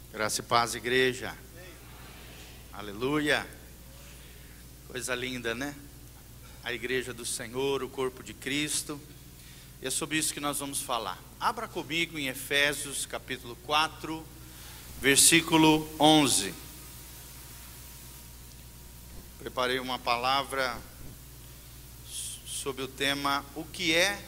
Graça e paz, igreja. Aleluia. Coisa linda, né? A igreja do Senhor, o corpo de Cristo. E é sobre isso que nós vamos falar. Abra comigo em Efésios capítulo 4, versículo 11. Preparei uma palavra sobre o tema: o que é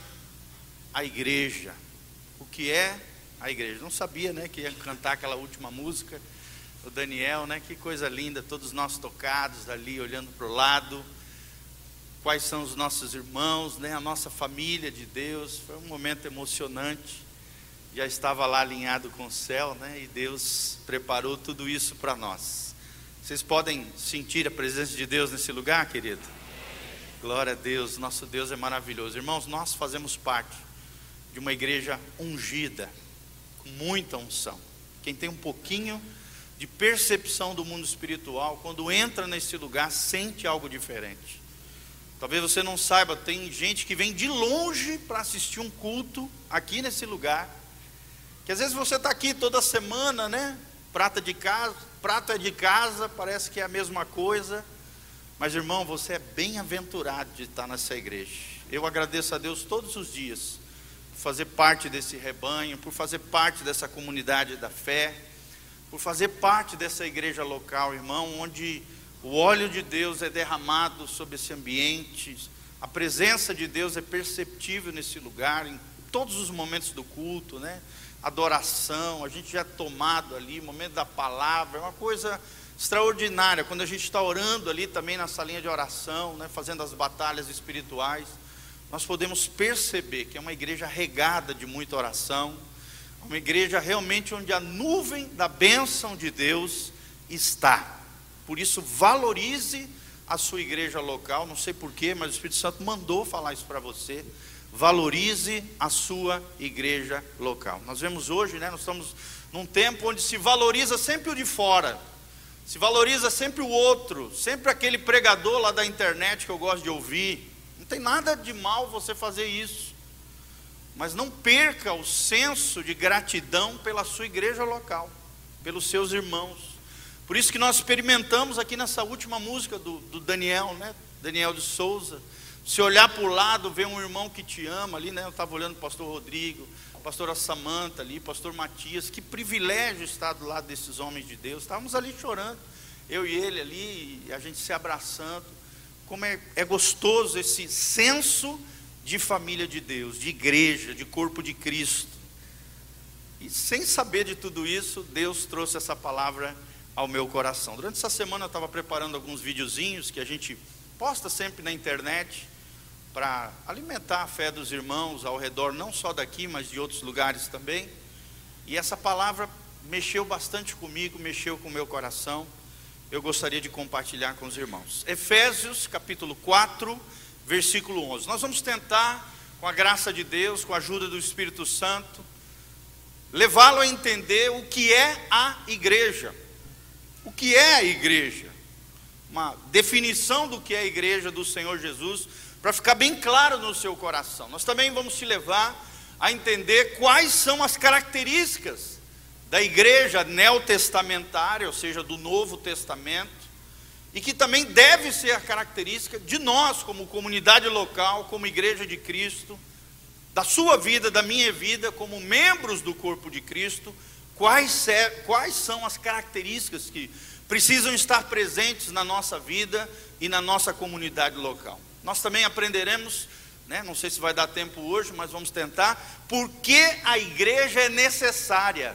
a igreja? O que é a igreja? Não sabia, né, que ia cantar aquela última música, o Daniel, né? Que coisa linda, todos nós tocados ali, olhando para o lado. Quais são os nossos irmãos, né? A nossa família de Deus. Foi um momento emocionante. Já estava lá alinhado com o céu, né? E Deus preparou tudo isso para nós. Vocês podem sentir a presença de Deus nesse lugar, querido? Glória a Deus, nosso Deus é maravilhoso. Irmãos, nós fazemos parte de uma igreja ungida, com muita unção. Quem tem um pouquinho de percepção do mundo espiritual, quando entra nesse lugar, sente algo diferente. Talvez você não saiba, tem gente que vem de longe para assistir um culto aqui nesse lugar, que às vezes você está aqui toda semana, né? Prata de casa, parece que é a mesma coisa. Mas irmão, você é bem-aventurado de estar nessa igreja. Eu agradeço a Deus todos os dias por fazer parte desse rebanho, por fazer parte dessa comunidade da fé, por fazer parte dessa igreja local, irmão, onde o óleo de Deus é derramado sobre esse ambiente. A presença de Deus é perceptível nesse lugar, em todos os momentos do culto, né? Adoração, a gente já é tomado ali, momento da palavra, é uma coisa extraordinária. Quando a gente está orando ali também na salinha de oração, né? Fazendo as batalhas espirituais, nós podemos perceber que é uma igreja regada de muita oração, uma igreja realmente onde a nuvem da bênção de Deus está. Por isso, valorize a sua igreja local. Não sei porquê, mas o Espírito Santo mandou falar isso para você. Valorize a sua igreja local. Nós vemos hoje, né, nós estamos num tempo onde se valoriza sempre o de fora, se valoriza sempre o outro, sempre aquele pregador lá da internet que eu gosto de ouvir. Não tem nada de mal você fazer isso, mas não perca o senso de gratidão pela sua igreja local, pelos seus irmãos. Por isso que nós experimentamos aqui nessa última música do Daniel, né? Daniel de Souza. Se olhar para o lado, ver um irmão que te ama ali, né? Eu estava olhando o pastor Rodrigo, a pastora Samanta ali, o pastor Matias. Que privilégio estar do lado desses homens de Deus. Estávamos ali chorando, eu e ele ali, e a gente se abraçando. Como é gostoso esse senso de família de Deus, de igreja, de corpo de Cristo. E sem saber de tudo isso, Deus trouxe essa palavra ao meu coração. Durante essa semana eu estava preparando alguns videozinhos que a gente posta sempre na internet, para alimentar a fé dos irmãos ao redor, não só daqui, mas de outros lugares também. E essa palavra mexeu bastante comigo, mexeu com o meu coração. Eu gostaria de compartilhar com os irmãos. Efésios capítulo 4, versículo 11. Nós vamos tentar, com a graça de Deus, com a ajuda do Espírito Santo, levá-lo a entender o que é a igreja. O que é a igreja? Uma definição do que é a igreja do Senhor Jesus, para ficar bem claro no seu coração. Nós também vamos te levar a entender quais são as características da igreja neotestamentária, ou seja, do Novo Testamento, e que também deve ser a característica de nós, como comunidade local, como igreja de Cristo, da sua vida, da minha vida, como membros do corpo de Cristo. Quais são as características que precisam estar presentes na nossa vida e na nossa comunidade local. Nós também aprenderemos, né, não sei se vai dar tempo hoje, mas vamos tentar, por que a igreja é necessária.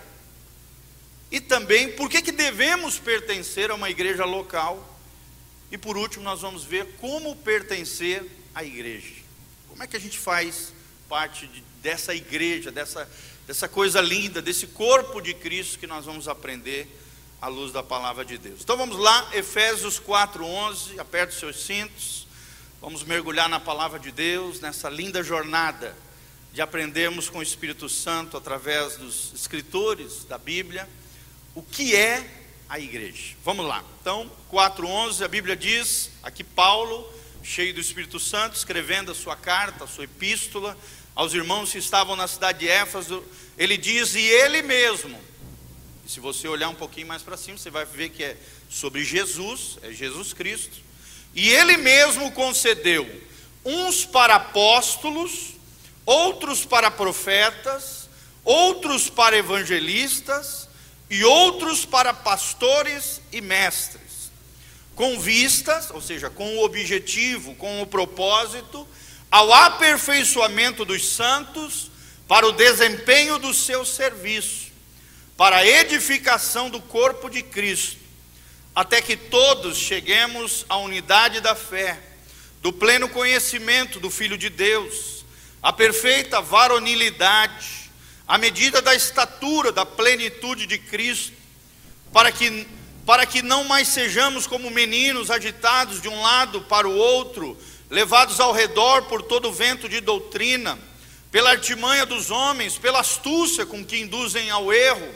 E também, por que devemos pertencer a uma igreja local. E por último, nós vamos ver como pertencer à igreja. Como é que a gente faz parte dessa igreja, dessa coisa linda, desse corpo de Cristo que nós vamos aprender à luz da palavra de Deus. Então vamos lá, Efésios 4:11, aperte os seus cintos, vamos mergulhar na palavra de Deus, nessa linda jornada de aprendermos com o Espírito Santo, através dos escritores da Bíblia, o que é a igreja. Vamos lá, então 4:11, a Bíblia diz, aqui Paulo, cheio do Espírito Santo, escrevendo a sua carta, a sua epístola, aos irmãos que estavam na cidade de Éfeso, ele diz, e ele mesmo E se você olhar um pouquinho mais para cima, você vai ver que é sobre Jesus, é Jesus Cristo. E Ele mesmo concedeu uns para apóstolos, outros para profetas, outros para evangelistas e outros para pastores e mestres, com vistas, ou seja, com o objetivo, com o propósito, ao aperfeiçoamento dos santos, para o desempenho do seu serviço, para a edificação do corpo de Cristo, até que todos cheguemos à unidade da fé, do pleno conhecimento do Filho de Deus, à perfeita varonilidade, à medida da estatura da plenitude de Cristo, para que não mais sejamos como meninos agitados de um lado para o outro, levados ao redor por todo o vento de doutrina, pela artimanha dos homens, pela astúcia com que induzem ao erro,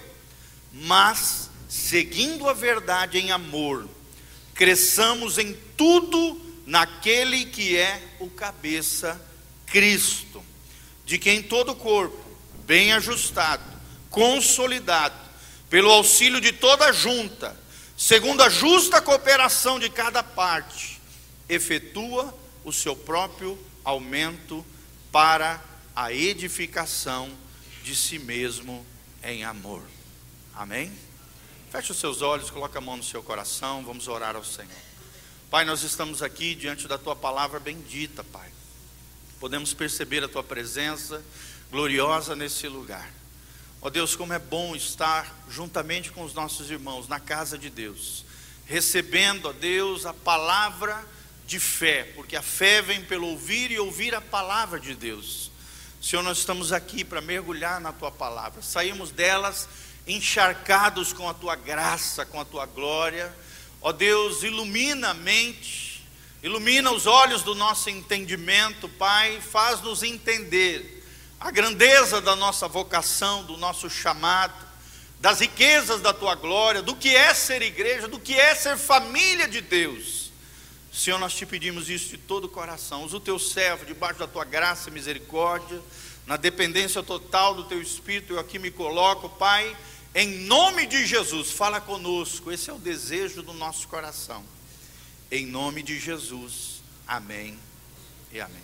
mas, seguindo a verdade em amor, cresçamos em tudo naquele que é o cabeça, Cristo, de quem todo o corpo, bem ajustado, consolidado, pelo auxílio de toda a junta, segundo a justa cooperação de cada parte, efetua o seu próprio aumento para a edificação de si mesmo em amor. Amém? Feche os seus olhos, coloque a mão no seu coração, vamos orar ao Senhor. Pai, nós estamos aqui diante da Tua palavra bendita, Pai. Podemos perceber a Tua presença gloriosa nesse lugar. Ó Deus, como é bom estar juntamente com os nossos irmãos na casa de Deus, recebendo, ó Deus, a palavra de fé, porque a fé vem pelo ouvir e ouvir a palavra de Deus. Senhor, nós estamos aqui para mergulhar na Tua palavra, saímos delas encharcados com a Tua graça, com a Tua glória. Ó Deus, ilumina a mente, ilumina os olhos do nosso entendimento, Pai, faz-nos entender a grandeza da nossa vocação, do nosso chamado, das riquezas da Tua glória, do que é ser igreja, do que é ser família de Deus. Senhor, nós te pedimos isso de todo o coração. Usa o Teu servo debaixo da Tua graça e misericórdia, na dependência total do Teu Espírito. Eu aqui me coloco, Pai, em nome de Jesus, fala conosco. Esse é o desejo do nosso coração. Em nome de Jesus, amém e amém.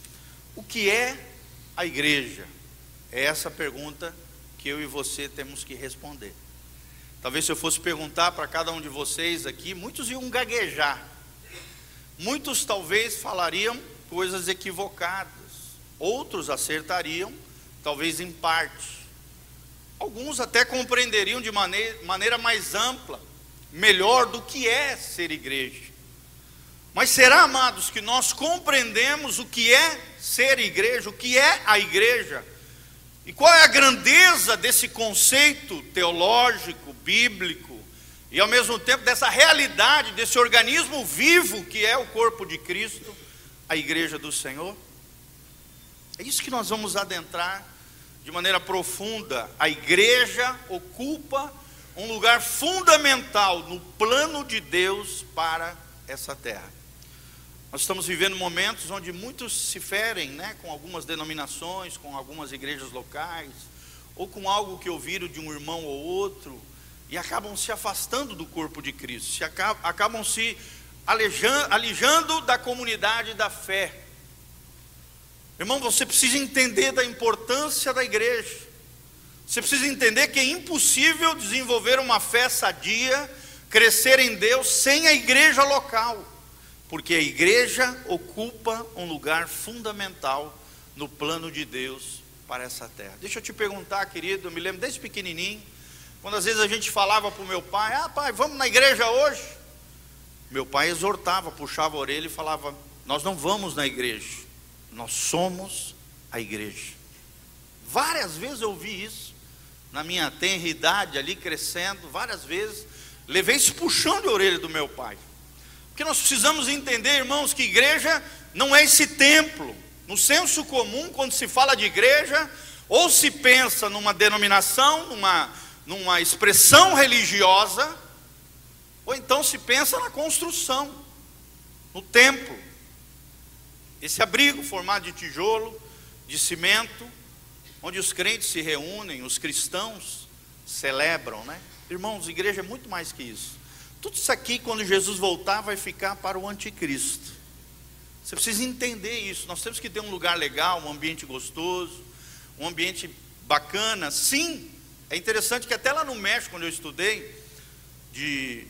O que é a igreja? É essa pergunta que eu e você temos que responder. Talvez se eu fosse perguntar para cada um de vocês aqui, muitos iam gaguejar. Muitos talvez falariam coisas equivocadas. Outros acertariam, talvez em parte. Alguns até compreenderiam de maneira mais ampla, melhor do que é ser igreja. Mas será, amados, que nós compreendemos o que é ser igreja, o que é a igreja? E qual é a grandeza desse conceito teológico, bíblico, e ao mesmo tempo dessa realidade, desse organismo vivo que é o corpo de Cristo, a igreja do Senhor? É isso que nós vamos adentrar de maneira profunda. A igreja ocupa um lugar fundamental no plano de Deus para essa terra. Nós estamos vivendo momentos onde muitos se ferem, com algumas denominações, com algumas igrejas locais, ou com algo que ouviram de um irmão ou outro, e acabam se afastando do corpo de Cristo, acabam se alijando da comunidade da fé. Irmão, você precisa entender da importância da igreja. Você precisa entender que é impossível desenvolver uma fé sadia, crescer em Deus, sem a igreja local. Porque a igreja ocupa um lugar fundamental no plano de Deus para essa terra. Deixa eu te perguntar, querido, eu me lembro desde pequenininho, quando às vezes a gente falava para o meu pai: pai, vamos na igreja hoje? Meu pai exortava, puxava a orelha e falava: nós não vamos na igreja, nós somos a igreja. Várias vezes eu ouvi isso, na minha tenra idade ali crescendo, várias vezes, levei isso puxando a orelha do meu pai. Porque nós precisamos entender, irmãos, que igreja não é esse templo. No senso comum, quando se fala de igreja, ou se pensa numa denominação, numa expressão religiosa, ou então se pensa na construção, no templo. Esse abrigo formado de tijolo, de cimento, onde os crentes se reúnem, os cristãos celebram, né? Irmãos, igreja é muito mais que isso. Tudo isso aqui, quando Jesus voltar, vai ficar para o anticristo. Você precisa entender isso. Nós temos que ter um lugar legal, um ambiente gostoso, um ambiente bacana. Sim, é interessante que até lá no México, quando eu estudei, de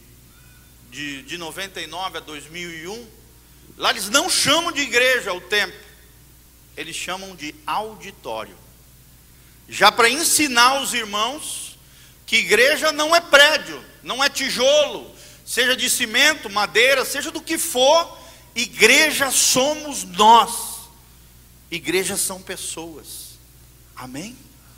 99 a 2001, lá eles não chamam de igreja o templo, eles chamam de auditório. Já para ensinar os irmãos que igreja não é prédio, não é tijolo, seja de cimento, madeira, seja do que for, igreja somos nós. Igreja são pessoas. Amém?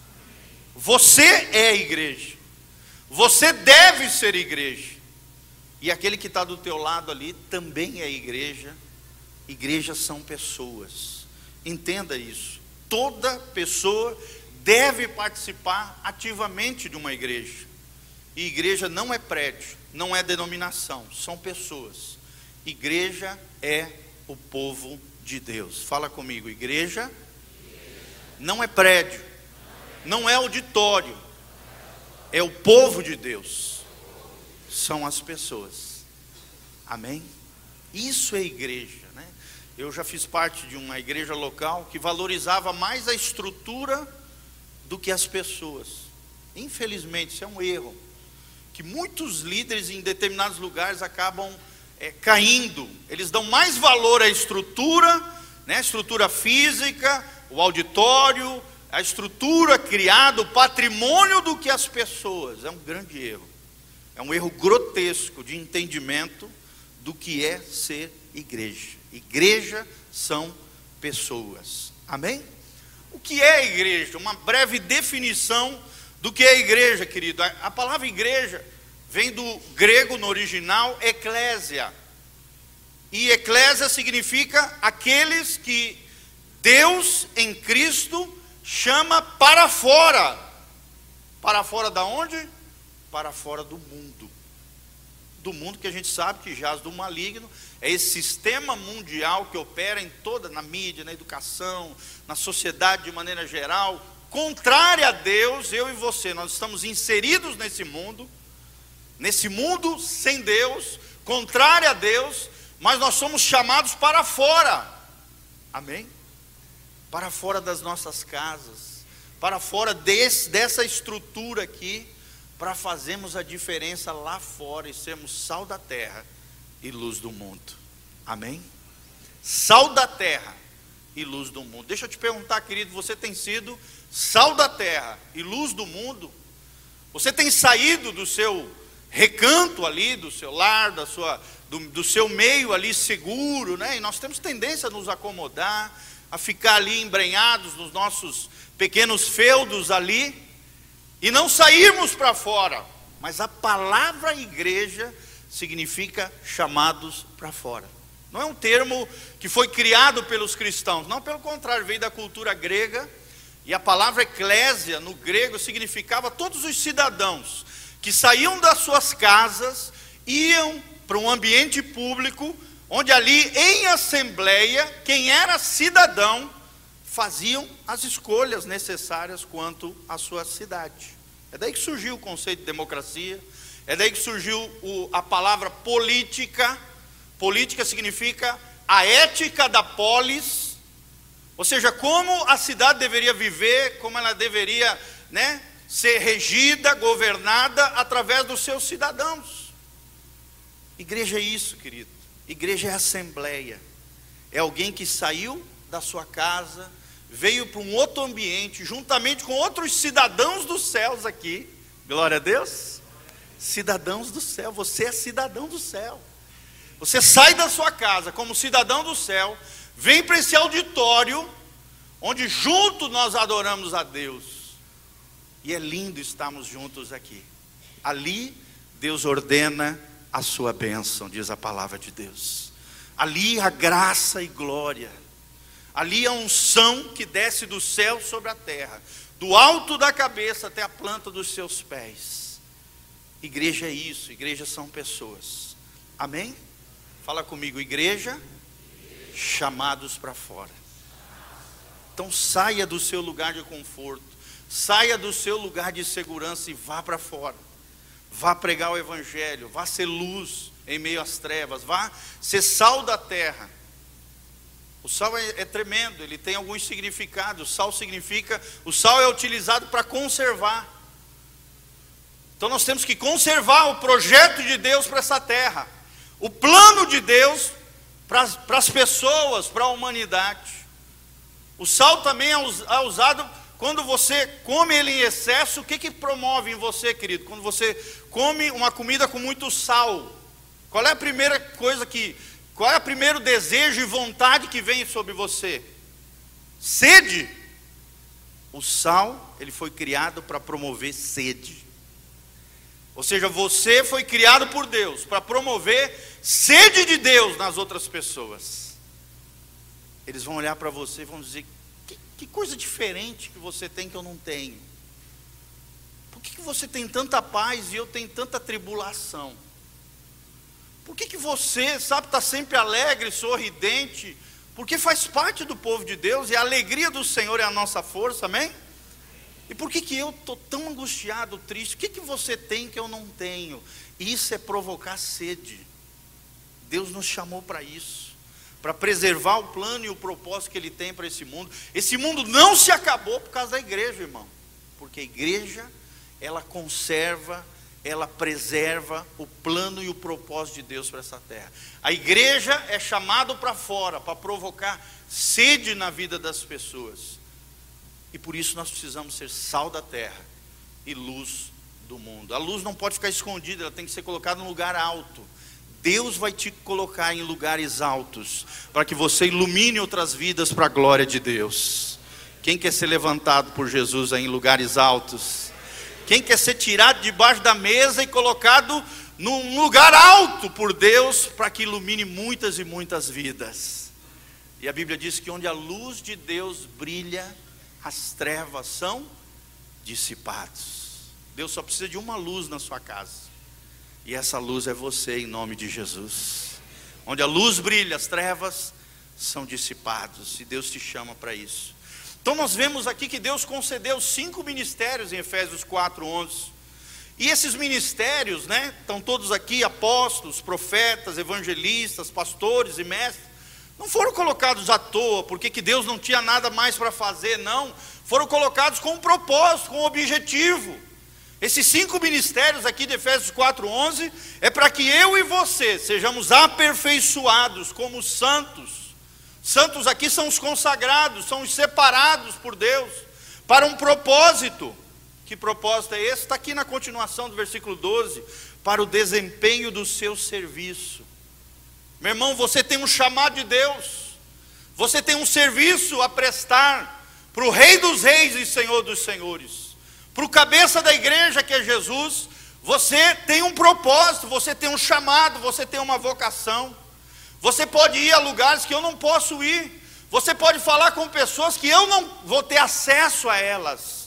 Você é igreja. Você deve ser igreja. E aquele que está do teu lado ali também é igreja. Igrejas são pessoas. Entenda isso. Toda pessoa deve participar ativamente de uma igreja. E igreja não é prédio, não é denominação, são pessoas. Igreja é o povo de Deus. Fala comigo, igreja não é prédio, não é auditório, é o povo de Deus. São as pessoas. Amém? Isso é igreja, né? Eu já fiz parte de uma igreja local que valorizava mais a estrutura do que as pessoas. Infelizmente, isso é um erro, que muitos líderes em determinados lugares acabam caindo. Eles dão mais valor à estrutura, né? A estrutura física, o auditório, a estrutura criada, o patrimônio, do que as pessoas. É um grande erro. É um erro grotesco de entendimento do que é ser igreja. Igreja são pessoas. Amém? O que é igreja? Uma breve definição do que é igreja, querido. A palavra igreja vem do grego no original, eclésia. E eclésia significa aqueles que Deus em Cristo chama para fora. Para fora da onde? Para fora do mundo. Do mundo que a gente sabe que jaz do maligno. É esse sistema mundial que opera em toda, na mídia, na educação, na sociedade de maneira geral, contrária a Deus. Eu e você, nós estamos inseridos nesse mundo sem Deus, contrário a Deus, mas nós somos chamados para fora. Amém? Para fora das nossas casas, para fora dessa estrutura aqui, para fazermos a diferença lá fora e sermos sal da terra e luz do mundo. Amém? Sal da terra e luz do mundo. Deixa eu te perguntar, querido, você tem sido sal da terra e luz do mundo? Você tem saído do seu recanto ali, do seu lar, do seu meio ali seguro, né? E nós temos tendência a nos acomodar, a ficar ali embrenhados nos nossos pequenos feudos ali, e não sairmos para fora. Mas a palavra igreja significa chamados para fora. Não é um termo que foi criado pelos cristãos, não, pelo contrário, veio da cultura grega. E a palavra eclésia no grego significava todos os cidadãos que saíam das suas casas, iam para um ambiente público, onde ali em assembleia, quem era cidadão, faziam as escolhas necessárias quanto à sua cidade. É daí que surgiu o conceito de democracia, é daí que surgiu a palavra política. Política significa a ética da polis, ou seja, como a cidade deveria viver, como ela deveria, né, ser regida, governada através dos seus cidadãos. Igreja é isso, querido. Igreja é assembleia. É alguém que saiu da sua casa, veio para um outro ambiente, juntamente com outros cidadãos dos céus aqui. Glória a Deus. Cidadãos do céu. Você é cidadão do céu. Você sai da sua casa como cidadão do céu, vem para esse auditório, onde juntos nós adoramos a Deus. E é lindo estarmos juntos aqui. Ali Deus ordena a sua bênção, diz a palavra de Deus. Ali a graça e glória. Ali a unção que desce do céu sobre a terra, do alto da cabeça até a planta dos seus pés. Igreja é isso, igreja são pessoas. Amém? Fala comigo, igreja, chamados para fora. Então saia do seu lugar de conforto, Saia do seu lugar de segurança e vá para fora. Vá pregar o evangelho, vá ser luz em meio às trevas, vá ser sal da terra. O sal é tremendo, ele tem alguns significados. O sal é utilizado para conservar. Então nós temos que conservar o projeto de Deus para essa terra, o plano de Deus para as pessoas, para a humanidade. O sal também é usado quando você come ele em excesso. O que promove em você, querido? Quando você come uma comida com muito sal, qual é a primeira coisa qual é o primeiro desejo e vontade que vem sobre você? Sede. O sal, ele foi criado para promover sede. Ou seja, você foi criado por Deus para promover sede de Deus nas outras pessoas. Eles vão olhar para você e vão dizer: que coisa diferente que você tem que eu não tenho. Por que você tem tanta paz e eu tenho tanta tribulação? Por que você, está sempre alegre, sorridente? Porque faz parte do povo de Deus e a alegria do Senhor é a nossa força, amém? E por que eu estou tão angustiado, triste? O que você tem que eu não tenho? Isso é provocar sede. Deus nos chamou para isso, para preservar o plano e o propósito que Ele tem para esse mundo. Esse mundo não se acabou por causa da igreja, irmão. Porque a igreja, ela conserva, ela preserva o plano e o propósito de Deus para essa terra. A igreja é chamada para fora, para provocar sede na vida das pessoas. E por isso nós precisamos ser sal da terra e luz do mundo. A luz não pode ficar escondida, ela tem que ser colocada num lugar alto. Deus vai te colocar em lugares altos, para que você ilumine outras vidas para a glória de Deus. Quem quer ser levantado por Jesus aí em lugares altos? Quem quer ser tirado debaixo da mesa e colocado num lugar alto por Deus, para que ilumine muitas e muitas vidas? E a Bíblia diz que onde a luz de Deus brilha, as trevas são dissipadas. Deus só precisa de uma luz na sua casa, e essa luz é você, em nome de Jesus. Onde a luz brilha, as trevas são dissipadas, e Deus te chama para isso. Então nós vemos aqui que Deus concedeu 5 ministérios em Efésios 4:11. E esses ministérios, estão todos aqui: apóstolos, profetas, evangelistas, pastores e mestres. Não foram colocados à toa, porque que Deus não tinha nada mais para fazer, não. Foram colocados com um propósito, com um objetivo. Esses 5 ministérios aqui de Efésios 4:11 é para que eu e você sejamos aperfeiçoados como santos. Santos aqui são os consagrados, são os separados por Deus para um propósito. Que propósito é esse? Está aqui na continuação do versículo 12: para o desempenho do seu serviço. Meu irmão, você tem um chamado de Deus, você tem um serviço a prestar para o Rei dos Reis e Senhor dos Senhores, para o cabeça da igreja, que é Jesus. Você tem um propósito, você tem um chamado, você tem uma vocação. Você pode ir a lugares que eu não posso ir, você pode falar com pessoas que eu não vou ter acesso a elas.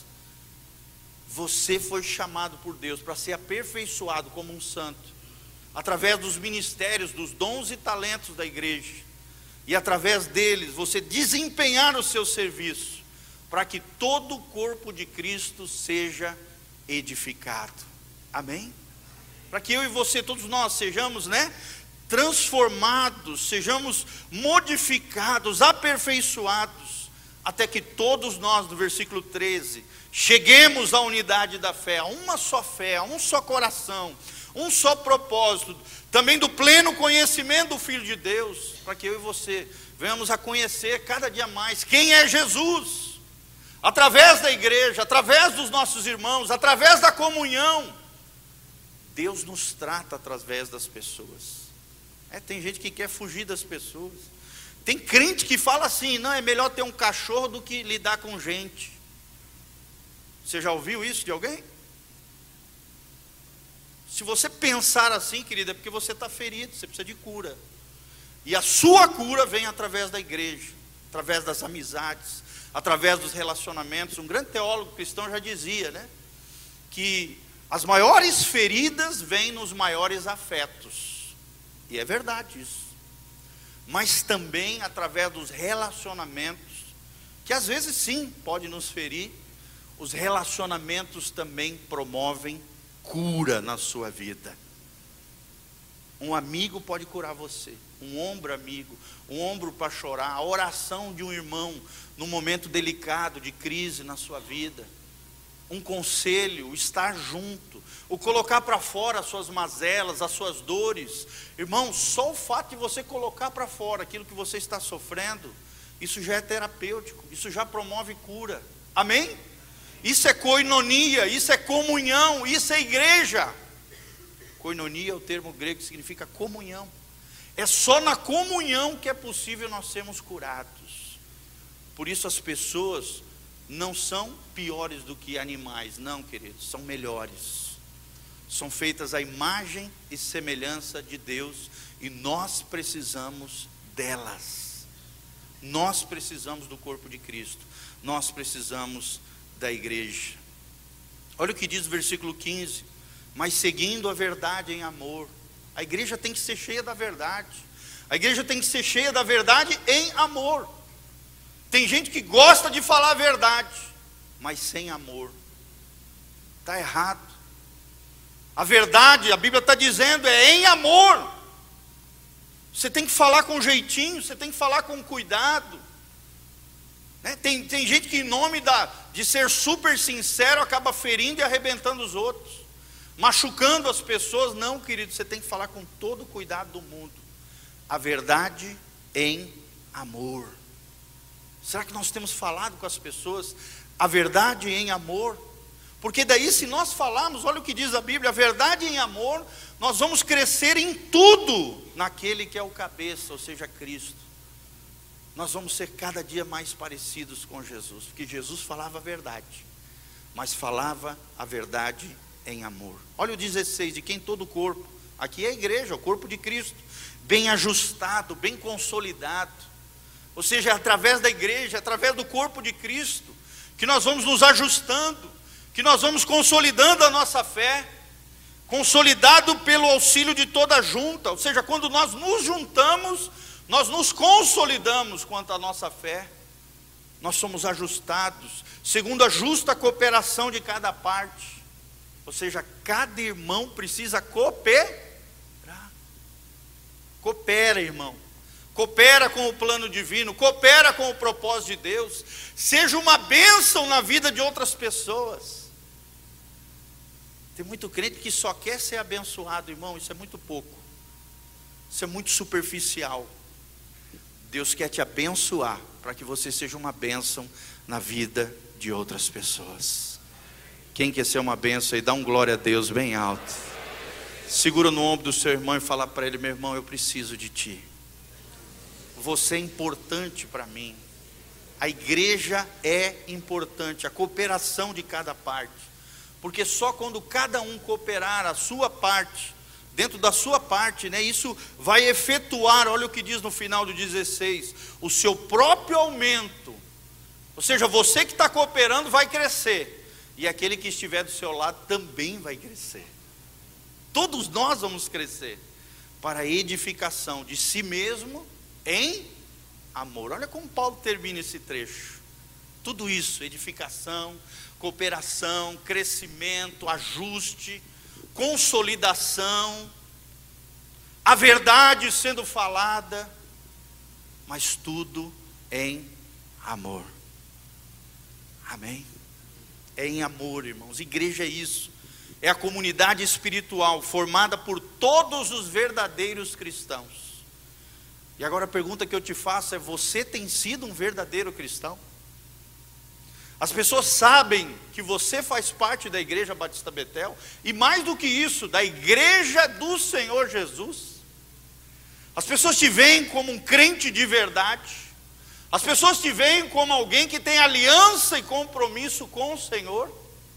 Você foi chamado por Deus para ser aperfeiçoado como um santo, através dos ministérios, dos dons e talentos da igreja, e através deles você desempenhar o seu serviço, para que todo o corpo de Cristo seja edificado. Amém? Para que eu e você, todos nós, sejamos, transformados, sejamos modificados, aperfeiçoados, até que todos nós, no versículo 13, cheguemos à unidade da fé, a uma só fé, a um só coração, um só propósito, também do pleno conhecimento do Filho de Deus, para que eu e você venhamos a conhecer cada dia mais quem é Jesus, através da igreja, através dos nossos irmãos, através da comunhão. Deus nos trata através das pessoas. Tem gente que quer fugir das pessoas. Tem crente que fala assim: não, é melhor ter um cachorro do que lidar com gente. Você já ouviu isso de alguém? Se você pensar assim, querida, é porque você está ferido, você precisa de cura. E a sua cura vem através da igreja, através das amizades, através dos relacionamentos. Um grande teólogo cristão já dizia, que as maiores feridas vêm nos maiores afetos. E é verdade isso. Mas também através dos relacionamentos, que às vezes sim, pode nos ferir. os relacionamentos também promovem cura na sua vida. Um amigo pode curar você, um ombro amigo, um ombro para chorar, a oração de um irmão num momento delicado de crise na sua vida, um conselho, o estar junto, o colocar para fora as suas mazelas, as suas dores. Irmão, só o fato de você colocar para fora aquilo que você está sofrendo, isso já é terapêutico, isso já promove cura. Amém? Isso é koinonia, isso é comunhão, isso é igreja. Koinonia é o termo grego que significa comunhão. É só na comunhão que é possível nós sermos curados. Por isso as pessoas não são piores do que animais, não, queridos, são melhores. São feitas à imagem e semelhança de Deus, e nós precisamos delas. Nós precisamos do corpo de Cristo, nós precisamos da igreja. Olha o que diz o versículo 15: mas seguindo a verdade em amor. A igreja tem que ser cheia da verdade. A igreja tem que ser cheia da verdade em amor. Tem gente que gosta de falar a verdade, mas sem amor. Está errado. A verdade, a Bíblia está dizendo, é em amor. Você tem que falar com jeitinho, você tem que falar com cuidado. Tem gente que em nome de ser super sincero acaba ferindo e arrebentando os outros, machucando as pessoas. Não, querido, você tem que falar com todo o cuidado do mundo. A verdade em amor. Será que nós temos falado com as pessoas a verdade em amor? Porque daí, se nós falarmos, olha o que diz a Bíblia, a verdade em amor, nós vamos crescer em tudo naquele que é o cabeça, ou seja, Cristo. Nós vamos ser cada dia mais parecidos com Jesus, porque Jesus falava a verdade, mas falava a verdade em amor. Olha o 16, de quem todo o corpo, aqui é a igreja, o corpo de Cristo, bem ajustado, bem consolidado. Ou seja, é através da igreja, através do corpo de Cristo, que nós vamos nos ajustando, que nós vamos consolidando a nossa fé, consolidado pelo auxílio de toda a junta. Ou seja, quando nós nos juntamos, nós nos consolidamos quanto à nossa fé. Nós somos ajustados, segundo a justa cooperação de cada parte. Ou seja, cada irmão precisa cooperar. Coopera, irmão. Coopera com o plano divino, coopera com o propósito de Deus. Seja uma bênção na vida de outras pessoas. Tem muito crente que só quer ser abençoado, irmão. Isso é muito pouco. Isso é muito superficial. Deus quer te abençoar para que você seja uma bênção na vida de outras pessoas. Quem quer ser uma bênção aí, dá um glória a Deus bem alto. Segura no ombro do seu irmão e fala para ele: meu irmão, eu preciso de ti. Você é importante para mim. A igreja é importante, a cooperação de cada parte. Porque só quando cada um cooperar a sua parte, dentro da sua parte, isso vai efetuar, olha o que diz no final do 16, o seu próprio aumento. Ou seja, você que está cooperando vai crescer, e aquele que estiver do seu lado também vai crescer. Todos nós vamos crescer para a edificação de si mesmo em amor. Olha como Paulo termina esse trecho. Tudo isso, edificação, cooperação, crescimento, ajuste, consolidação, a verdade sendo falada, mas tudo em amor. Amém? É em amor, irmãos. Igreja é isso. É a comunidade espiritual formada por todos os verdadeiros cristãos. E agora a pergunta que eu te faço é: você tem sido um verdadeiro cristão? As pessoas sabem que você faz parte da Igreja Batista Betel, e mais do que isso, da Igreja do Senhor Jesus. As pessoas te veem como um crente de verdade. As pessoas te veem como alguém que tem aliança e compromisso com o Senhor.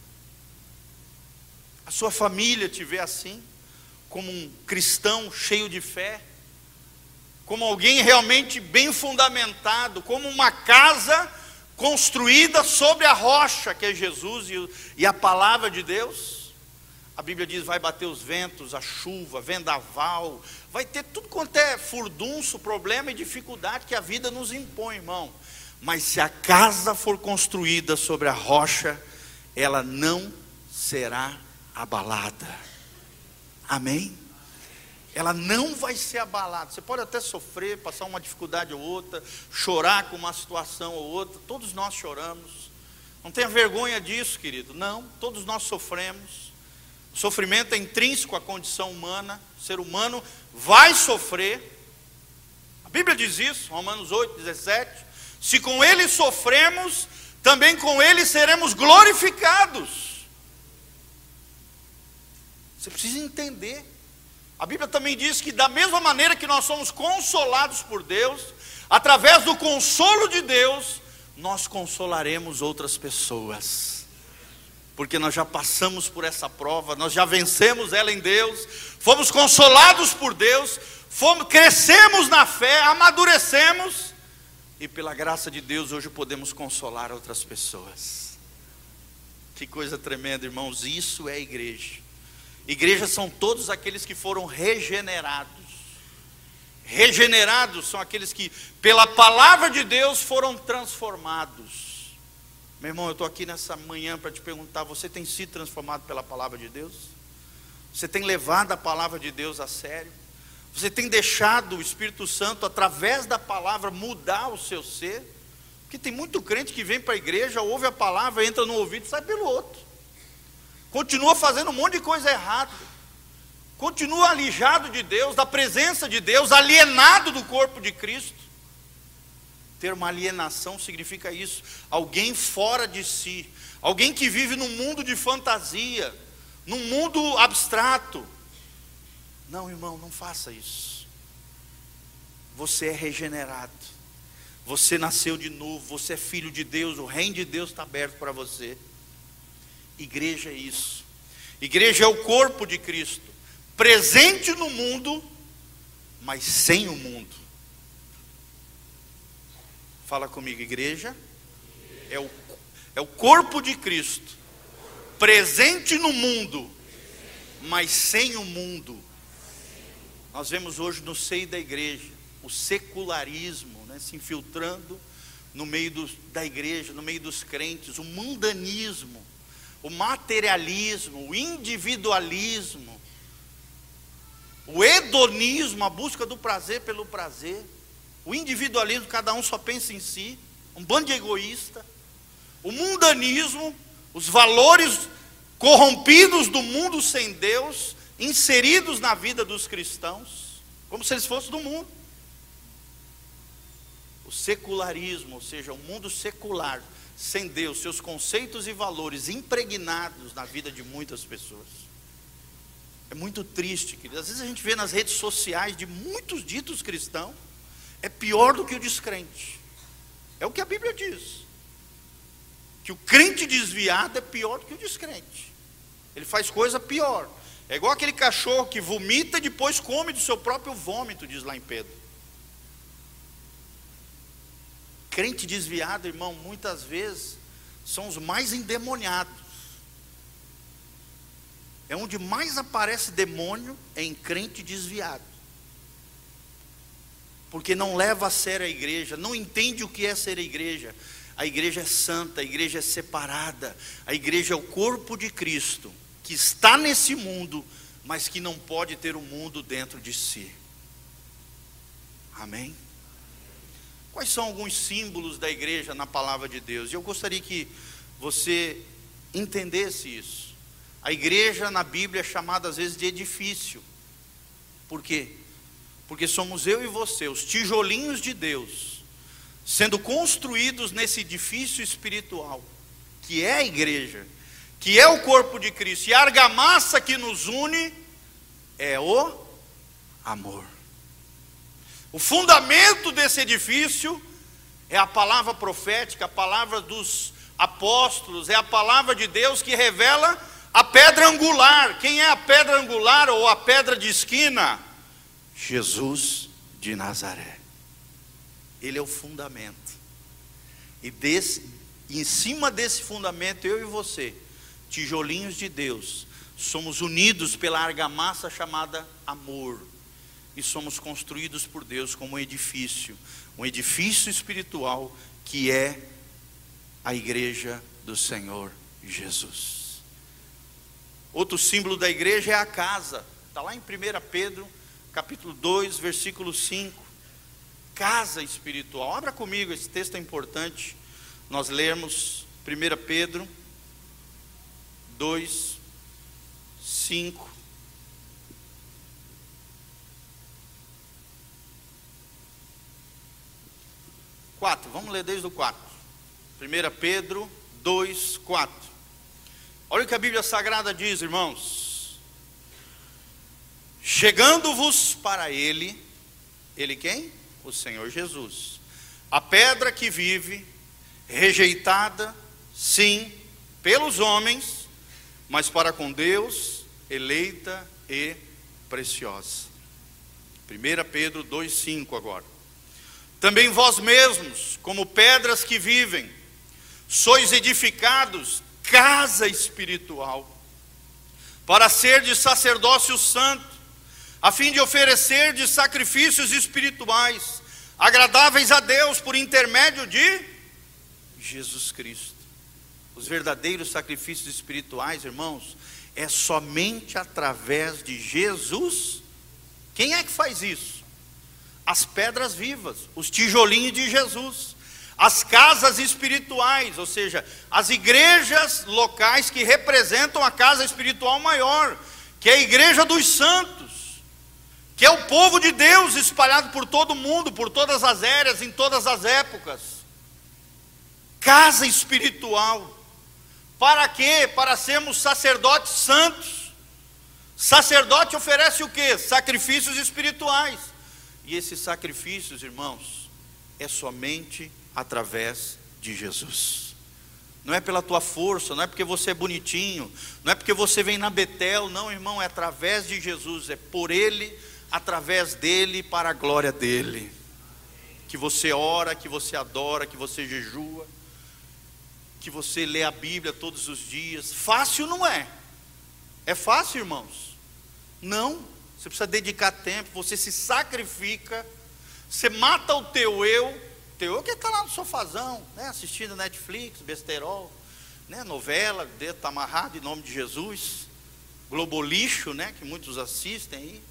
A sua família te vê assim, como um cristão cheio de fé, como alguém realmente bem fundamentado, como uma casa construída sobre a rocha que é Jesus e a palavra de Deus. A Bíblia diz: vai bater os ventos, a chuva, vendaval, vai ter tudo quanto é furdunço, problema e dificuldade que a vida nos impõe, irmão. Mas se a casa for construída sobre a rocha ela não será abalada. Amém? Ela não vai ser abalada. Você pode até sofrer, passar uma dificuldade ou outra, chorar com uma situação ou outra. Todos nós choramos. Não tenha vergonha disso, querido. Não, todos nós sofremos. O sofrimento é intrínseco à condição humana. O ser humano vai sofrer. A Bíblia diz isso, Romanos 8:17. Se com ele sofremos, também com ele seremos glorificados. Você precisa entender. A Bíblia também diz que da mesma maneira que nós somos consolados por Deus, através do consolo de Deus, nós consolaremos outras pessoas. Porque nós já passamos por essa prova, nós já vencemos ela em Deus, fomos consolados por Deus, crescemos na fé, amadurecemos, e pela graça de Deus hoje podemos consolar outras pessoas. Que coisa tremenda, irmãos, isso é igreja. Igrejas são todos aqueles que foram regenerados. Regenerados são aqueles que pela palavra de Deus foram transformados. Meu irmão, eu estou aqui nessa manhã para te perguntar: você tem sido transformado pela palavra de Deus? Você tem levado a palavra de Deus a sério? Você tem deixado o Espírito Santo, através da palavra, mudar o seu ser? Porque tem muito crente que vem para a igreja, ouve a palavra, entra no ouvido e sai pelo outro. Continua fazendo um monte de coisa errada. Continua alijado de Deus, da presença de Deus, alienado do corpo de Cristo. Ter uma alienação significa isso: alguém fora de si, alguém que vive num mundo de fantasia, num mundo abstrato. Não, irmão, não faça isso. Você é regenerado, você nasceu de novo, você é filho de Deus, o reino de Deus está aberto para você. Igreja é isso. Igreja é o corpo de Cristo, presente no mundo, mas sem o mundo. Fala comigo, igreja é o corpo de Cristo, presente no mundo, mas sem o mundo. Nós vemos hoje no seio da igreja o secularismo, né, se infiltrando no meio da igreja, no meio dos crentes, o mundanismo, o materialismo, o individualismo, o hedonismo, a busca do prazer pelo prazer, o individualismo, cada um só pensa em si, um bando de egoísta, o mundanismo, os valores corrompidos do mundo sem Deus, inseridos na vida dos cristãos, como se eles fossem do mundo. O secularismo, ou seja, o mundo secular, sem Deus, seus conceitos e valores impregnados na vida de muitas pessoas. É muito triste, querido. Às vezes a gente vê nas redes sociais de muitos ditos cristãos, é pior do que o descrente. É o que a Bíblia diz, que o crente desviado é pior do que o descrente. Ele faz coisa pior. É igual aquele cachorro que vomita e depois come do seu próprio vômito, diz lá em Pedro. Crente desviado, irmão, muitas vezes são os mais endemoniados. É onde mais aparece demônio, é em crente desviado. Porque não leva a sério a igreja, não entende o que é ser a igreja. A igreja é santa, a igreja é separada, a igreja é o corpo de Cristo, que está nesse mundo, mas que não pode ter o mundo dentro de si. Amém? Quais são alguns símbolos da igreja na palavra de Deus? E eu gostaria que você entendesse isso. A igreja na Bíblia é chamada às vezes de edifício. Por quê? Porque somos eu e você, os tijolinhos de Deus, sendo construídos nesse edifício espiritual, que é a igreja, que é o corpo de Cristo. E a argamassa que nos une é o amor. O fundamento desse edifício é a palavra profética, a palavra dos apóstolos, é a palavra de Deus que revela a pedra angular. Quem é a pedra angular ou a pedra de esquina? Jesus de Nazaré. Ele é o fundamento. E em cima desse fundamento, eu e você, tijolinhos de Deus, somos unidos pela argamassa chamada amor. E somos construídos por Deus como um edifício espiritual, que é a igreja do Senhor Jesus. Outro símbolo da igreja é a casa. Está lá em 1 Pedro, capítulo 2, versículo 5. Casa espiritual. Abra comigo, esse texto é importante. Nós lermos 1 Pedro 2, 5. Vamos ler desde o 4. 1 Pedro 2, 4. Olha o que a Bíblia Sagrada diz, irmãos. Chegando-vos para Ele, Ele quem? O Senhor Jesus. A pedra que vive, rejeitada, sim, pelos homens, mas para com Deus, eleita e preciosa. 1 Pedro 2, 5 agora. Também vós mesmos, como pedras que vivem, sois edificados casa espiritual, para ser de sacerdócio santo, a fim de oferecer de sacrifícios espirituais, agradáveis a Deus por intermédio de Jesus Cristo. Os verdadeiros sacrifícios espirituais, irmãos, é somente através de Jesus. Quem é que faz isso? As pedras vivas, os tijolinhos de Jesus, as casas espirituais, ou seja, as igrejas locais que representam a casa espiritual maior, que é a igreja dos santos, que é o povo de Deus espalhado por todo o mundo, por todas as eras, em todas as épocas. Casa espiritual. Para quê? Para sermos sacerdotes santos. Sacerdote oferece o quê? Sacrifícios espirituais. E esses sacrifícios, irmãos, é somente através de Jesus. Não é pela tua força, não é porque você é bonitinho, não é porque você vem na Betel, não, irmão, é através de Jesus, é por Ele, através dEle, para a glória dEle. Que você ora, que você adora, que você jejua, que você lê a Bíblia todos os dias. Fácil não é. É fácil, irmãos? Não. Você precisa dedicar tempo, você se sacrifica, você mata o teu eu que está lá no sofazão, né, assistindo Netflix, besterol, né, novela, o dedo está amarrado em nome de Jesus, Globolixo, né, que muitos assistem aí.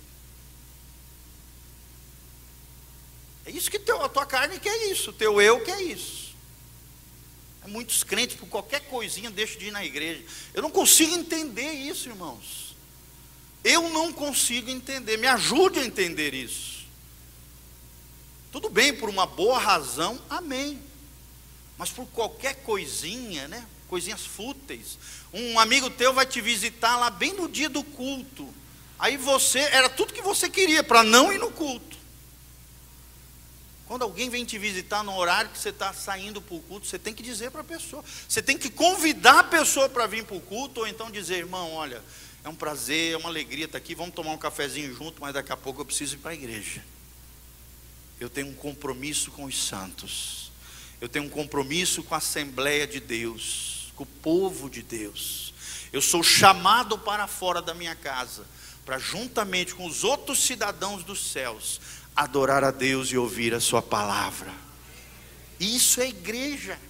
É isso que a tua carne quer isso, o teu eu quer isso. Muitos crentes, por qualquer coisinha, deixam de ir na igreja. Eu não consigo entender isso, irmãos. Eu não consigo entender, me ajude a entender isso. Tudo bem, por uma boa razão, amém. Mas por qualquer coisinha, né? Coisinhas fúteis. Um amigo teu vai te visitar lá bem no dia do culto. Aí era tudo que você queria para não ir no culto. Quando alguém vem te visitar no horário que você está saindo para o culto, você tem que dizer para a pessoa. Você tem que convidar a pessoa para vir para o culto, ou então dizer, irmão, olha, é um prazer, é uma alegria estar aqui, vamos tomar um cafezinho junto, mas daqui a pouco eu preciso ir para a igreja. Eu tenho um compromisso com os santos. Eu tenho um compromisso com a Assembleia de Deus, com o povo de Deus. Eu sou chamado para fora da minha casa, para juntamente com os outros cidadãos dos céus, adorar a Deus e ouvir a sua palavra. Isso é igreja.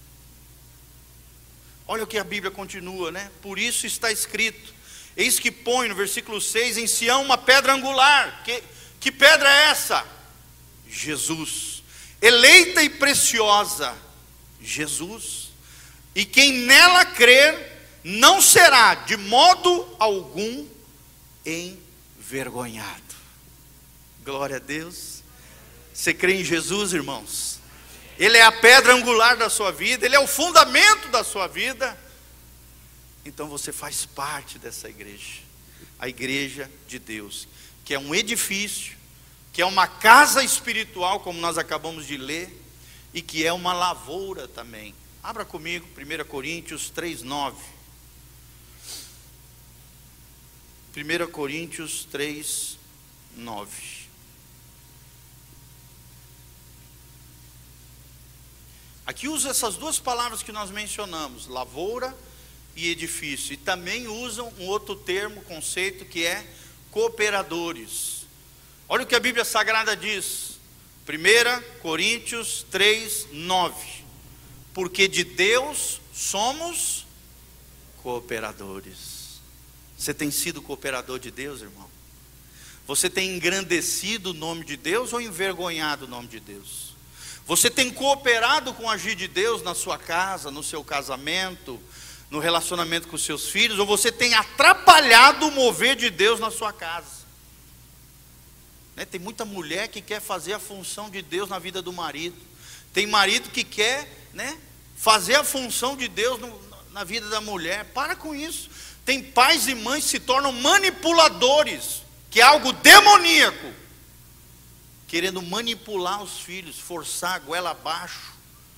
Olha o que a Bíblia continua, né? Por isso está escrito, eis que põe no versículo 6, em Sião uma pedra angular. Que pedra é essa? Jesus. Eleita e preciosa, Jesus. E quem nela crer, não será de modo algum envergonhado. Glória a Deus. Você crê em Jesus, irmãos? Ele é a pedra angular da sua vida, Ele é o fundamento da sua vida. Então você faz parte dessa igreja, a igreja de Deus, que é um edifício, que é uma casa espiritual, como nós acabamos de ler, e que é uma lavoura também. Abra comigo 1 Coríntios 3, 9. 1 Coríntios 3, 9. Aqui usa essas duas palavras que nós mencionamos, lavoura e edifício, e também usam um outro termo, conceito, que é cooperadores. Olha o que a Bíblia Sagrada diz, 1 Coríntios 3, 9. Porque de Deus somos cooperadores. Você tem sido cooperador de Deus, irmão? Você tem engrandecido o nome de Deus ou envergonhado o nome de Deus? Você tem cooperado com o agir de Deus na sua casa, no seu casamento, no relacionamento com os seus filhos, ou você tem atrapalhado o mover de Deus na sua casa? Tem muita mulher que quer fazer a função de Deus na vida do marido. Tem marido que quer fazer a função de Deus na vida da mulher. Para com isso. Tem pais e mães que se tornam manipuladores, que é algo demoníaco, querendo manipular os filhos, forçar a goela abaixo,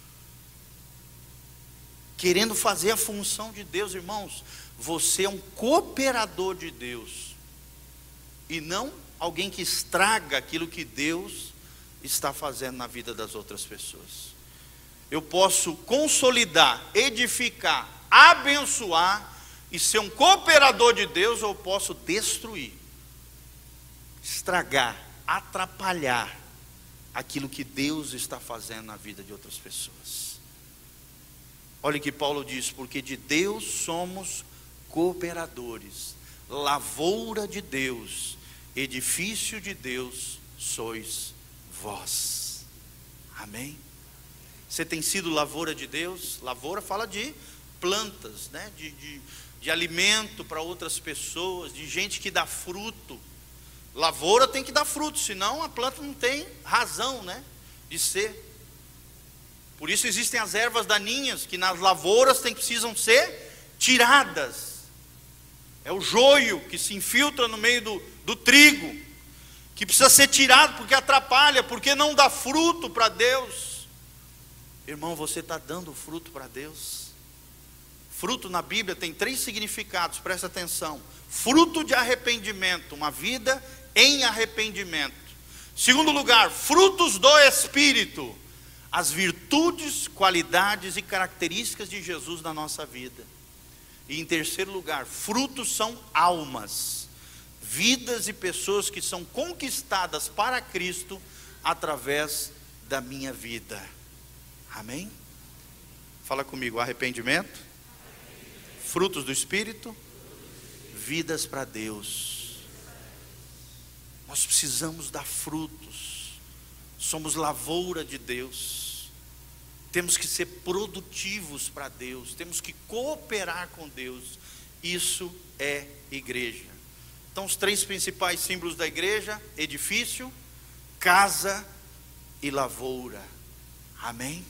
querendo fazer a função de Deus. Irmãos, você é um cooperador de Deus, e não alguém que estraga aquilo que Deus está fazendo na vida das outras pessoas. Eu posso consolidar, edificar, abençoar e ser um cooperador de Deus, ou eu posso destruir, estragar, atrapalhar aquilo que Deus está fazendo na vida de outras pessoas. Olha o que Paulo diz: porque de Deus somos cooperadores, lavoura de Deus, edifício de Deus sois vós. Amém? Você tem sido lavoura de Deus? Lavoura fala de plantas, de alimento para outras pessoas, de gente que dá fruto. Lavoura tem que dar fruto, senão a planta não tem razão de ser. Por isso existem as ervas daninhas, que nas lavouras precisam ser tiradas. É o joio que se infiltra no meio do trigo, que precisa ser tirado porque atrapalha, porque não dá fruto para Deus. Irmão, você está dando fruto para Deus? Fruto na Bíblia tem 3 significados, presta atenção. Fruto de arrependimento, uma vida em arrependimento. Segundo lugar, frutos do Espírito, as virtudes, qualidades e características de Jesus na nossa vida. E em terceiro lugar, frutos são almas, vidas e pessoas que são conquistadas para Cristo através da minha vida. Amém? Fala comigo: arrependimento, frutos do Espírito, vidas para Deus. Nós precisamos dar frutos. Somos lavoura de Deus. Temos que ser produtivos para Deus. Temos que cooperar com Deus. Isso é igreja. Então, os 3 principais símbolos da igreja: edifício, casa e lavoura. Amém?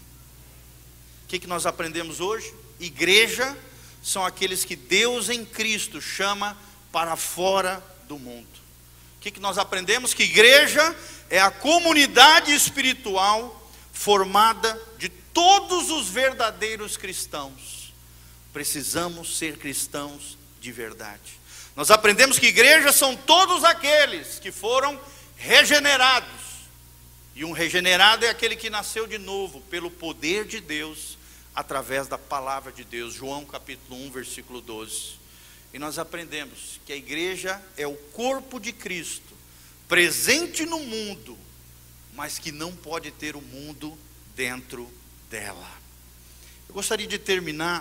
O que nós aprendemos hoje? Igreja são aqueles que Deus em Cristo chama para fora do mundo. O que nós aprendemos? Que igreja é a comunidade espiritual formada de todos os verdadeiros cristãos. Precisamos ser cristãos de verdade. Nós aprendemos que igreja são todos aqueles que foram regenerados. E um regenerado é aquele que nasceu de novo pelo poder de Deus, através da palavra de Deus. João capítulo 1, versículo 12. E nós aprendemos que a igreja é o corpo de Cristo, presente no mundo, mas que não pode ter o mundo dentro dela. Eu gostaria de terminar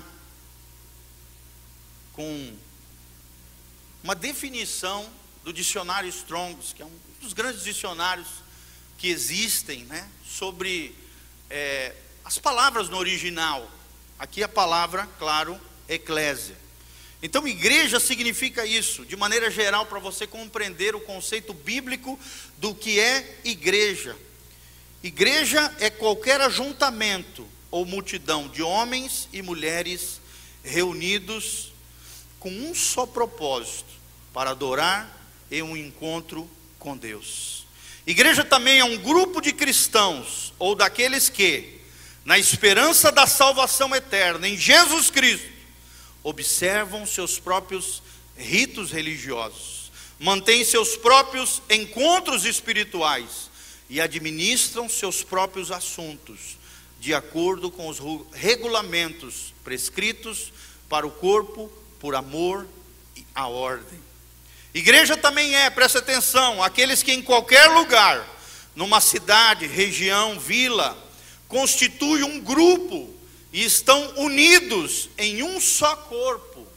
com uma definição do dicionário Strong's, que é um dos grandes dicionários que existem, sobre as palavras no original. Aqui a palavra, claro, eclésia. Então, igreja significa isso, de maneira geral, para você compreender o conceito bíblico do que é igreja. Igreja é qualquer ajuntamento ou multidão de homens e mulheres reunidos com um só propósito: para adorar em um encontro com Deus. Igreja também é um grupo de cristãos, ou daqueles que, na esperança da salvação eterna em Jesus Cristo, observam seus próprios ritos religiosos, mantêm seus próprios encontros espirituais e administram seus próprios assuntos, de acordo com os regulamentos prescritos para o corpo, por amor à ordem. Igreja também presta atenção, aqueles que em qualquer lugar, numa cidade, região, vila, constituem um grupo e estão unidos em um só corpo,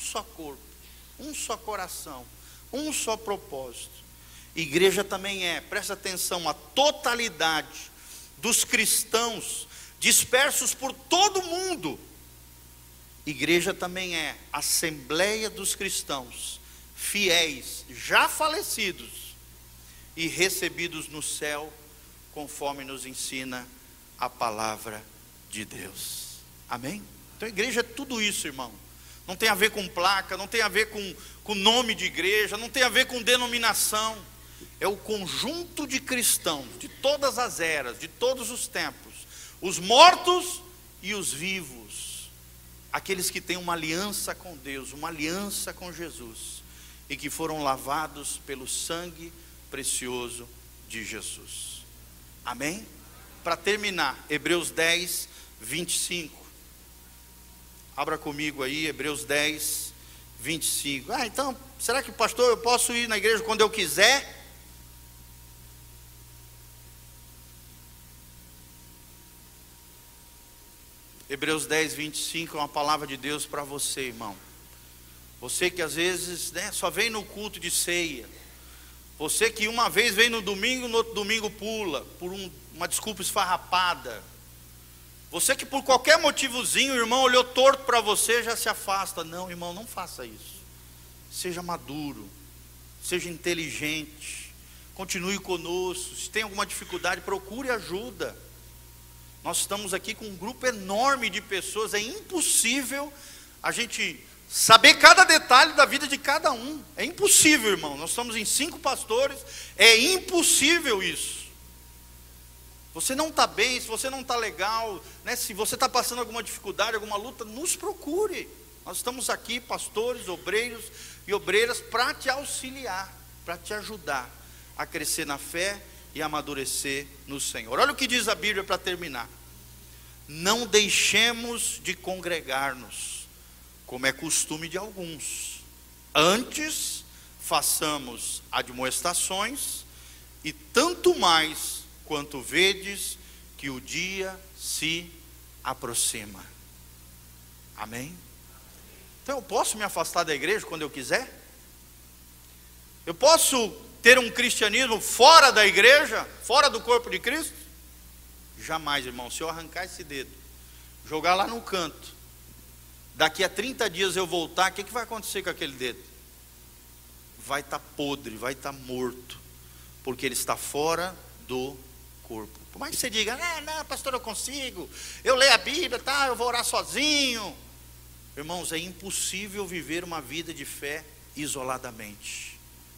só corpo, um só coração, um só propósito. Igreja também presta atenção, a totalidade dos cristãos dispersos por todo o mundo. Igreja também é assembleia dos cristãos, fiéis, já falecidos e recebidos no céu, conforme nos ensina a palavra de Deus. Amém? Então igreja é tudo isso, irmão. Não tem a ver com placa, não tem a ver com nome de igreja, não tem a ver com denominação. É o conjunto de cristãos, de todas as eras, de todos os tempos, os mortos e os vivos, aqueles que têm uma aliança com Deus, uma aliança com Jesus, e que foram lavados pelo sangue precioso de Jesus. Amém? Para terminar, Hebreus 10, 25. Abra comigo aí, Hebreus 10, 25. Então, será que, pastor, eu posso ir na igreja quando eu quiser? Hebreus 10, 25 é uma palavra de Deus para você, irmão. Você que às vezes, só vem no culto de ceia. Você que uma vez vem no domingo, no outro domingo pula, por uma desculpa esfarrapada. Você que por qualquer motivozinho, o irmão olhou torto para você, já se afasta. Não, irmão, não faça isso. Seja maduro, seja inteligente, continue conosco. Se tem alguma dificuldade, procure ajuda. Nós estamos aqui com um grupo enorme de pessoas. É impossível a gente saber cada detalhe da vida de cada um. É impossível, irmão. Nós estamos em 5 pastores. É impossível isso. Você não está bem, se você não está legal, se você está passando alguma dificuldade, alguma luta, nos procure. Nós estamos aqui, pastores, obreiros e obreiras, para te auxiliar, para te ajudar a crescer na fé e amadurecer no Senhor. Olha o que diz a Bíblia para terminar: não deixemos de congregar-nos, como é costume de alguns. Antes, façamos admoestações, e tanto mais quanto vedes que o dia se aproxima. Amém? Então eu posso me afastar da igreja quando eu quiser? Eu posso ter um cristianismo fora da igreja, fora do corpo de Cristo? Jamais, irmão. Se eu arrancar esse dedo, jogar lá no canto, daqui a 30 dias eu voltar, o que vai acontecer com aquele dedo? Vai estar podre, vai estar morto, porque ele está fora do corpo. Por mais que você diga, não, pastor, eu consigo, eu leio a Bíblia, eu vou orar sozinho. Irmãos, é impossível viver uma vida de fé isoladamente.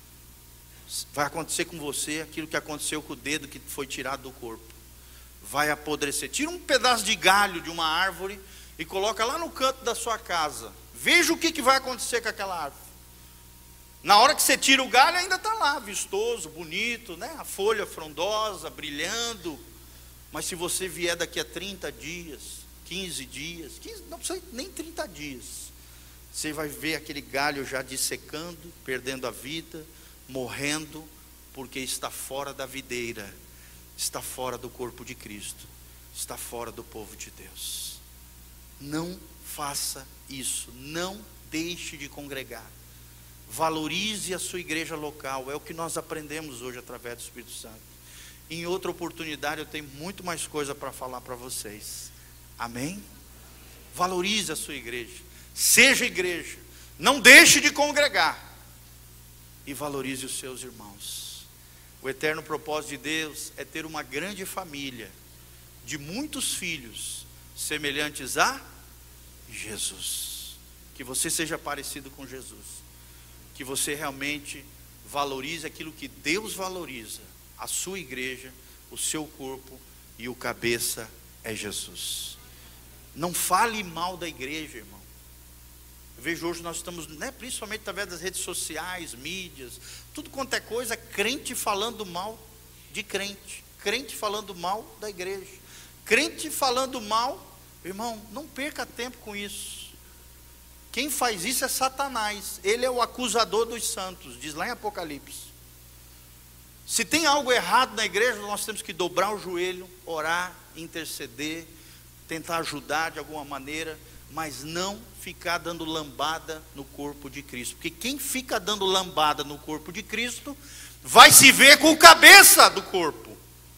Vai acontecer com você aquilo que aconteceu com o dedo que foi tirado do corpo. Vai apodrecer. Tira um pedaço de galho de uma árvore e coloca lá no canto da sua casa. Veja o que vai acontecer com aquela árvore. Na hora que você tira o galho, ainda está lá, vistoso, bonito, a folha frondosa, brilhando. Mas se você vier daqui a 30 dias, 15 dias, não precisa nem 30 dias, você vai ver aquele galho já dissecando, perdendo a vida, morrendo, porque está fora da videira, está fora do corpo de Cristo, está fora do povo de Deus. Não faça isso, não deixe de congregar. Valorize a sua igreja local. É o que nós aprendemos hoje através do Espírito Santo. Em outra oportunidade eu tenho muito mais coisa para falar para vocês. Amém? Valorize a sua igreja. Seja igreja. Não deixe de congregar. E valorize os seus irmãos. O eterno propósito de Deus é ter uma grande família de muitos filhos semelhantes a Jesus. Que você seja parecido com Jesus. Que você realmente valorize aquilo que Deus valoriza, a sua igreja, o seu corpo, e o cabeça é Jesus. Não fale mal da igreja, irmão. Eu vejo hoje nós estamos, principalmente através das redes sociais, mídias, tudo quanto é coisa, crente falando mal de crente, crente falando mal da igreja, crente falando mal. Irmão, não perca tempo com isso. Quem faz isso é Satanás. Ele é o acusador dos santos, diz lá em Apocalipse. Se tem algo errado na igreja, nós temos que dobrar o joelho, orar, interceder, tentar ajudar de alguma maneira. mas não ficar dando lambada no corpo de Cristo. Porque quem fica dando lambada no corpo de Cristo, vai se ver com o cabeça do corpo,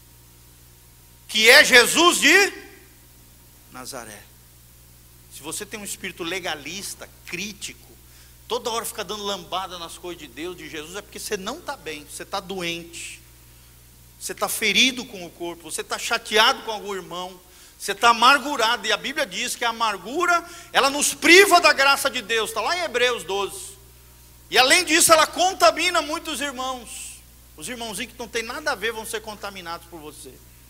que é Jesus de Nazaré. Se você tem um espírito legalista, crítico, toda hora fica dando lambada nas coisas de Deus, de Jesus, é porque você não está bem, você está doente, você está ferido com o corpo, você está chateado com algum irmão, você está amargurado, e a Bíblia diz que a amargura, ela nos priva da graça de Deus, está lá em Hebreus 12, e além disso ela contamina muitos irmãos, os irmãozinhos que não tem nada a ver vão ser contaminados por você.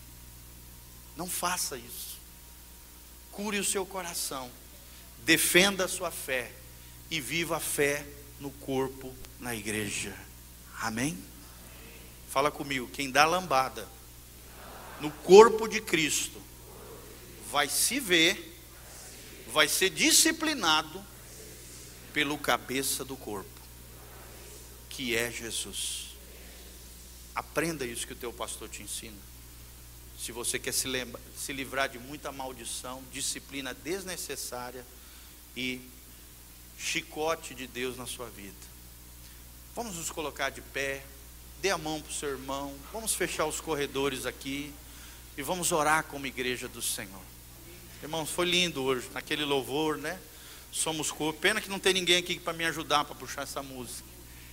Não faça isso, cure o seu coração, defenda a sua fé, e viva a fé no corpo, na igreja, amém? Fala comigo, quem dá lambada no corpo de Cristo, vai se ver, vai ser disciplinado pelo cabeça do corpo, que é Jesus. Aprenda isso que o teu pastor te ensina. Se você quer se livrar de muita maldição, disciplina desnecessária e chicote de Deus na sua vida. Vamos nos colocar de pé, dê a mão para o seu irmão, vamos fechar os corredores aqui e vamos orar como igreja do Senhor. Irmãos, foi lindo hoje, naquele louvor, né? Somos corpo. Pena que não tem ninguém aqui para me ajudar para puxar essa música.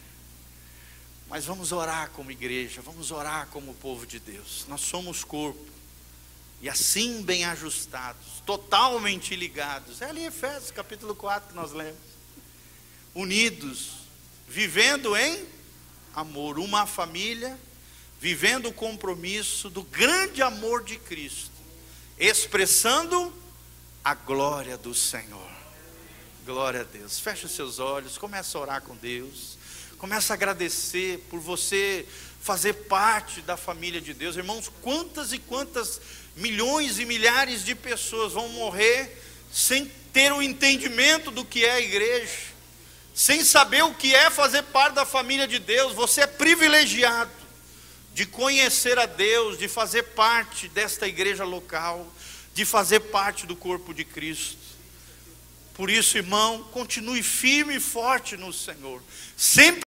Mas vamos orar como igreja, vamos orar como povo de Deus. Nós somos corpo, e assim bem ajustados, totalmente ligados. É ali em Efésios capítulo 4 que nós lemos. Unidos, vivendo em amor, uma família, vivendo o compromisso do grande amor de Cristo, expressando a glória do Senhor. Glória a Deus. Feche os seus olhos, começa a orar com Deus, começa a agradecer por você fazer parte da família de Deus. Irmãos, quantas e quantas milhões e milhares de pessoas vão morrer sem ter o entendimento do que é a igreja, sem saber o que é fazer parte da família de Deus. Você é privilegiado de conhecer a Deus, de fazer parte desta igreja local, de fazer parte do corpo de Cristo. Por isso, irmão, continue firme e forte no Senhor, sempre